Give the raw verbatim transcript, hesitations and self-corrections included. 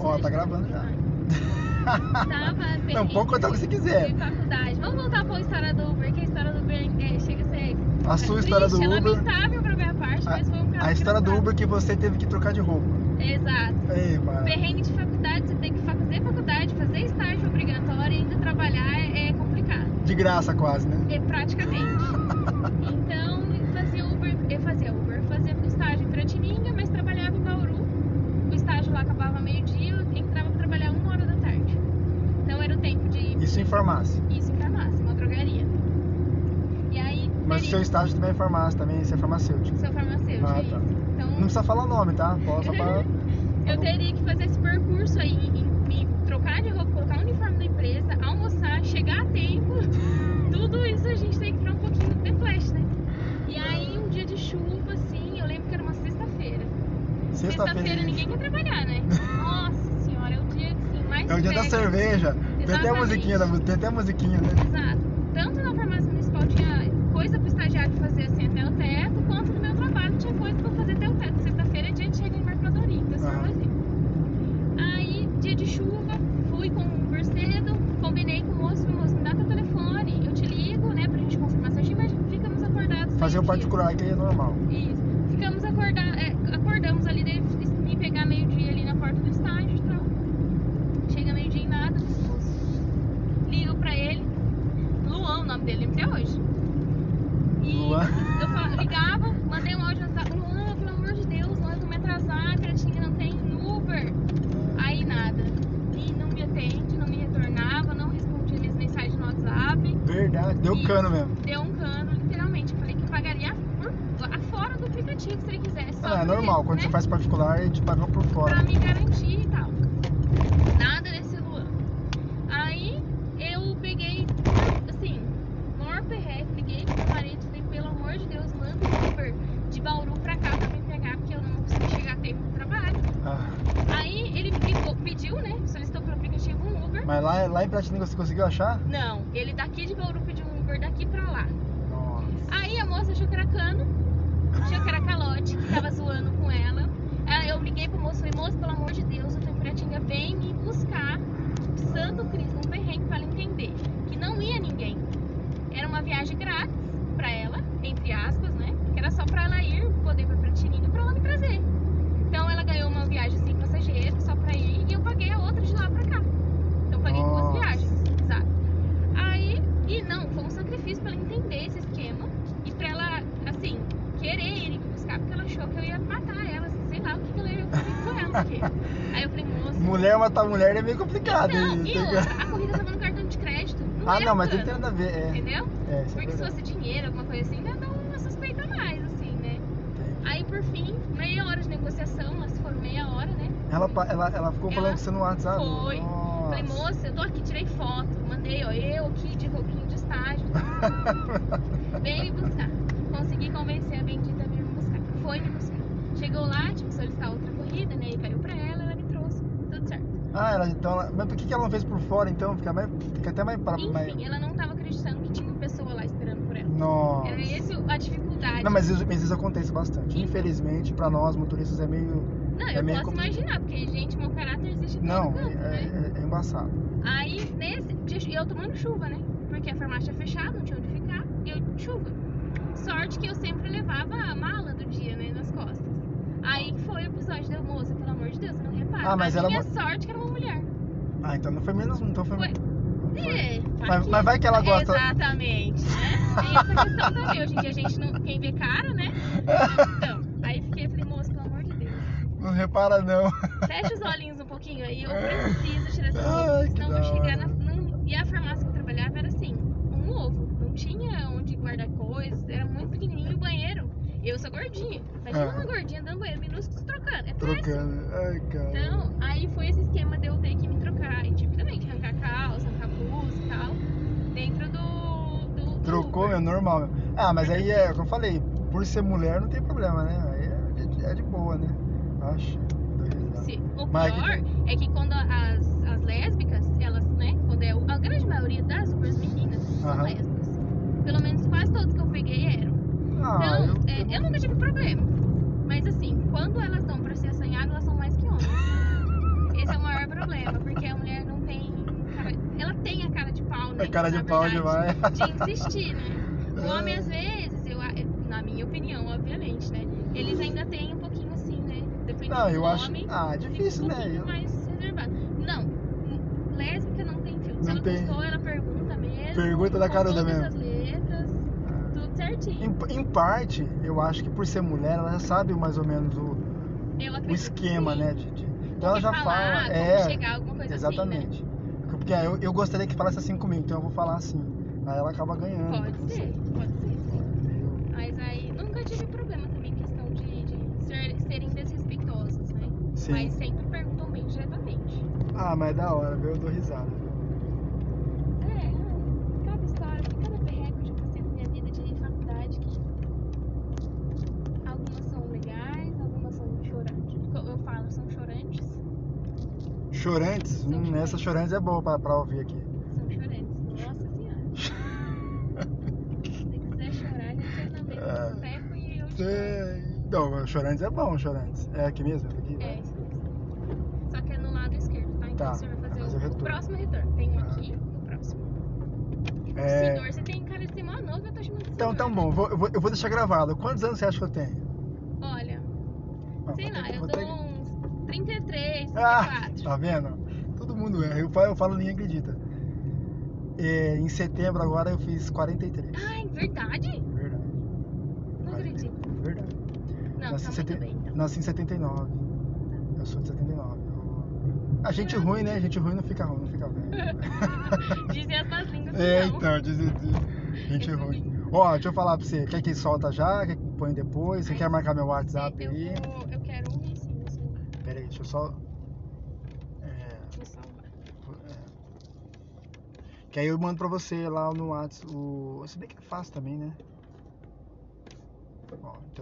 Ó, tá gravando já. Tava Não, pode contar o que você quiser. De faculdade. Vamos voltar pra história do Uber, que a história do Uber é, chega a ser... A sua história do triste, Uber. É lamentável pra minha parte, mas foi um caso A história do engraçado. Uber que você teve que trocar de roupa. Exato. Ei, mano. Perrengue de faculdade, você tem que fazer faculdade, fazer estágio obrigatório e ainda trabalhar é, é complicado. De graça quase, né? É, praticamente. Então, eu fazia Uber, eu fazia Uber, fazia estágio em Piratininga, mas trabalhava em Bauru. O estágio lá acabava meio-dia, eu entrava pra trabalhar uma hora da tarde. Então era o tempo de... Isso em farmácia. Isso em farmácia, uma drogaria. E aí... Mas o seu estágio também é farmácia, também você é farmacêutico. Sou farmacêutico, Ah, isso. tá. Então... Não precisa falar nome, tá? Só pra... Eu teria que fazer esse percurso aí, em, me trocar de roupa, colocar o uniforme da empresa, almoçar, chegar a tempo. Tudo isso a gente tem que ir um pouquinho de flash, né? E aí um dia de chuva, assim, eu lembro que era uma sexta-feira. Sexta-feira Sexta-feira ninguém quer trabalhar, né? Nossa senhora, é o dia assim, mais É o dia da pega. cerveja. Tem até a Exatamente. musiquinha, da- tem até a musiquinha, né? Exato. Tanto na farmácia municipal tinha coisa pro estagiário fazer assim até o teto, quanto no meu trabalho tinha coisa pra fazer até o teto. Sexta-feira é dia de chegar em mercadoria, então isso é um Ah. exemplo. Aí, dia de chuva, fui com o Uber cedo, combinei com o moço, falei, moço, me dá teu telefone, eu te ligo, né, pra gente confirmar certinho, mas ficamos acordados. Fazer o meio-dia. particular, que aí é normal. Isso. Ficamos acordados, é, acordamos ali, deve me pegar meio-dia ali na porta do estágio e tal. Chega meio-dia e nada, moço. Ligo pra ele. Luan, o nome dele, até hoje. E Luan. eu falo, ligava, mandei um áudio, Luan, pelo amor de Deus, Luan, vou me atrasar, Caratinga não tem Uber. Aí nada. E não me atende, não me retornava, não respondia minhas mensagens no WhatsApp. Verdade, deu E cano mesmo. Deu um cano, literalmente. Eu falei que pagaria por, afora do aplicativo, se ele quisesse. Só Ah, é porque, normal, quando né, você faz particular, a gente pagou por fora. pra me garantir e tal. Nada desse Luan. Aí eu peguei, assim, maior perreque, liguei pro marido e falei, pelo amor de Deus, manda um Uber de Bauru pra cá pra me pegar, porque eu não consegui chegar a tempo no trabalho. Ah, Aí ele me ligou, pediu, né? Solicitou pelo aplicativo um Uber. mas lá, lá em Piratininga você conseguiu achar? Não, ele daqui de Bauru pediu um Uber daqui pra lá. Nossa. Aí a moça achou que era cano, achou que era calote, que tava zoando com ela. Aí eu liguei pro moço e falei, moço, pelo amor de Deus, eu tô em Piratininga, vem me buscar. Santo Cristo, um perrengue pra ela entender que não ia ninguém. Era uma viagem grátis pra ela, entre aspas, né? Que era só pra ela ir, poder ir pra Piratininga pra ela me trazer. Então ela ganhou uma viagem sem passageiro, só pra ir, e eu paguei a outra de lá pra cá. Então eu paguei duas Nossa. viagens, exato. Aí, e não, foi um sacrifício pra ela entender esse esquema e pra ela, assim, querer ir me buscar, porque ela achou que eu ia matar ela, sei lá o que, que ela ia fazer com ela. Porque... Aí eu falei, moça. Mulher matar mulher é meio complicado. Não, hein? e Tem outra, que- a corrida tava no cartão de crédito. Não Ah, era não, mas plano, não tem nada a ver. É, entendeu? é, isso é Porque se verdade. fosse dinheiro, alguma coisa assim, ainda dá uma suspeita a mais, assim, né? Entendi. Aí por fim, meia hora de negociação, mas foram meia hora, né? Ela, pa- ela, ela ficou Ela falando com você no WhatsApp? Foi. Nossa. Falei, moça, eu tô aqui, tirei foto, mandei, ó, eu aqui de roupinho de estágio. Vem me buscar. Consegui convencer a bendita a vir me buscar. Foi me buscar. Chegou lá, tive que solicitar outra corrida, né? E caiu pra ela, ela me trouxe. Tudo certo. Ah, ela, então, ela- mas por que, que ela não fez por fora então? Fica, mais, fica até mais para mais... Enfim, ela não tava acreditando que tinha uma pessoa lá esperando por ela. Nossa. Era esse a dificuldade. Não, mas isso, mas isso acontece bastante. Então. Infelizmente, pra nós motoristas é meio. Não, é eu meio posso compli- imaginar, porque gente, mau caráter existe em todo Não, canto, é, né? é- é embaçado. Aí, nesse dia, eu tomando chuva, né? Porque a farmácia é fechada, não tinha onde ficar, e eu chuva. Sorte que eu sempre levava a mala do dia, né, nas costas. Aí foi o episódio da moça, pelo amor de Deus, você não repara. Ah, mas a ela minha mo- sorte que era uma mulher. Ah, então não foi menos. Então foi. Foi. não foi- É, tá Mas, aqui. mas vai que ela gosta. Exatamente, né? Tem essa questão também. Hoje em dia a gente não. Quem vê cara, né? Então, aí fiquei, falei, moço, pelo amor de Deus. Não repara, não. Fecha os olhinhos um pouquinho aí, eu preciso tirar essa Ai, roupa, que senão da eu vou chegar hora. na. Não, e a farmácia que eu trabalhava era assim, um ovo. Não tinha onde guardar coisas, era muito pequenininho o banheiro. Eu sou gordinha. Imagina Ah. uma gordinha dando banheiro minúsculo se trocando. É péssimo. Trocando. Ai, cara. Então, aí foi esse esquema de eu ter que me trocar. E tive também que arrancar calça, arrancar blusa e tal. Dentro do. do, do Trocou, Uber. meu, normal. Meu. Ah, mas aí é, como eu falei, por ser mulher não tem problema, né? Aí é de, é de boa, né? Acho. Sim. O Mas pior aqui é que quando as, as lésbicas, elas, né? Quando é o- a grande maioria das Ubers meninas são Aham. lésbicas. Pelo menos quase todos que eu peguei eram. Ah, Então, eu, é, eu nunca tive problema. Mas assim, quando elas dão pra ser assanhadas, elas são mais que homens. Esse é o maior tem cara que, de na pau verdade, demais. de insistir, né? O homem, às vezes, eu, a- na minha opinião, obviamente, né? Eles ainda têm um pouquinho assim, né? Dependendo Não, eu do acho. homem, Ah, fica difícil, um né? pouquinho Eu- mais reservado. Não, lésbica não tem filtro. Se Não ela tem. gostou, ela pergunta mesmo. Pergunta da com caruda todas mesmo. as letras, tudo certinho. Em, em parte, eu acho que por ser mulher, ela já sabe mais ou menos o, Eu o acredito esquema, que sim. né? De, de- O então ela que já falar, fala. como É, chegar, alguma coisa exatamente. Porque eu, eu gostaria que falasse assim comigo, então eu vou falar assim. Aí ela acaba ganhando. assim, né? Pode ser, pode ser, sim. Meio- Mas aí nunca tive problema também em questão de, de ser- serem desrespeitosos, né? Sim. Mas sempre perguntam bem diretamente. Ah, mas é da hora, viu? Eu dou risada. É, cada história, cada perreco que eu já passei na minha vida de faculdade, que algumas são legais, algumas são chorantes. Eu falo, são chorantes, Chorantes? São Hum, chorantes. essa chorantes é boa pra, pra ouvir aqui. são chorantes. Nossa senhora. Se quiser chorar, a gente entra no meio É. do boteco e eu choro. Cê- Não, chorantes é bom, chorantes. É aqui mesmo? É aqui, É, né? isso mesmo. Só que é no lado esquerdo, tá? Então Tá, o senhor vai fazer, vai fazer o, o o retorno. próximo retorno. Tem um Ah. aqui e o próximo. É. Senhor, você tem cara de ser mó novo, eu tô chamando de Então, senhor. tá bom, vou- eu vou, eu vou deixar gravado. Quantos anos você acha que eu tenho? Olha, Ah, sei vou lá, ter que- eu vou dou ter que- uns trinta e três, trinta e Ah, quatro. tá vendo? Todo mundo erra. Eu falo, eu falo ninguém acredita. É, em setembro agora eu fiz quarenta e três. Ai, verdade? Verdade. Não acredito. Verdade. Não, Nasci, tá em muito seten- bem, então. nasci em setenta e nove. Eu sou de setenta e nove. Eu- A gente ruim, né? A gente ruim não fica ruim, não fica velho. Dizem as más línguas que É, não. então, diz, diz- gente Eu ruim. também. Ó, deixa eu falar pra você. Quer que solta já? Quer que põe depois? Você Ai, quer marcar meu WhatsApp eu aí? vou, eu quero ouvir sim, o senhor. Pera aí, deixa eu só. É, Vou salvar. é. Que aí eu mando pra você lá no WhatsApp. O... Se bem que é fácil também, né? Ó, então